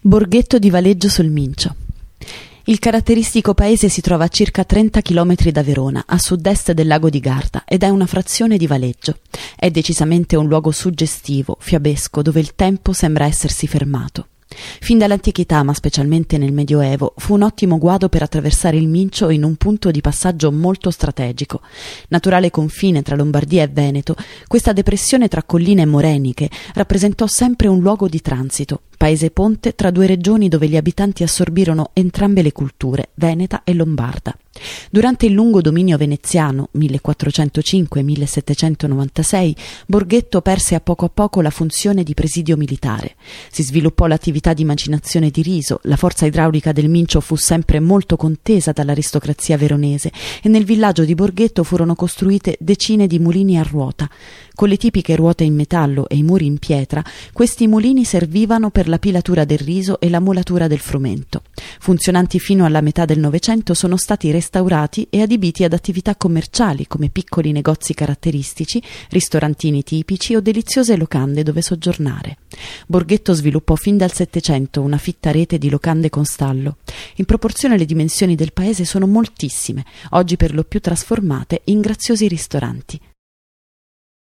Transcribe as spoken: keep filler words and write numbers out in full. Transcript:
Borghetto di Valeggio sul Mincio. Il caratteristico paese si trova a circa trenta chilometri da Verona, a sud-est del lago di Garda, ed è una frazione di Valeggio. È decisamente un luogo suggestivo, fiabesco, dove il tempo sembra essersi fermato. Fin dall'antichità, ma specialmente nel Medioevo, fu un ottimo guado per attraversare il Mincio in un punto di passaggio molto strategico. Naturale confine tra Lombardia e Veneto, questa depressione tra colline e moreniche rappresentò sempre un luogo di transito, paese ponte tra due regioni dove gli abitanti assorbirono entrambe le culture, veneta e lombarda. Durante il lungo dominio veneziano, millequattrocentocinque millesettecentonovantasei, Borghetto perse a poco a poco la funzione di presidio militare. Si sviluppò l'attività di macinazione di riso, la forza idraulica del Mincio fu sempre molto contesa dall'aristocrazia veronese e nel villaggio di Borghetto furono costruite decine di mulini a ruota. Con le tipiche ruote in metallo e i muri in pietra, questi mulini servivano per la pilatura del riso e la molatura del frumento. Funzionanti fino alla metà del Novecento, sono stati restaurati e adibiti ad attività commerciali come piccoli negozi caratteristici, ristorantini tipici o deliziose locande dove soggiornare. Borghetto sviluppò fin dal Settecento una fitta rete di locande con stallo. In proporzione le dimensioni del paese sono moltissime, oggi per lo più trasformate in graziosi ristoranti.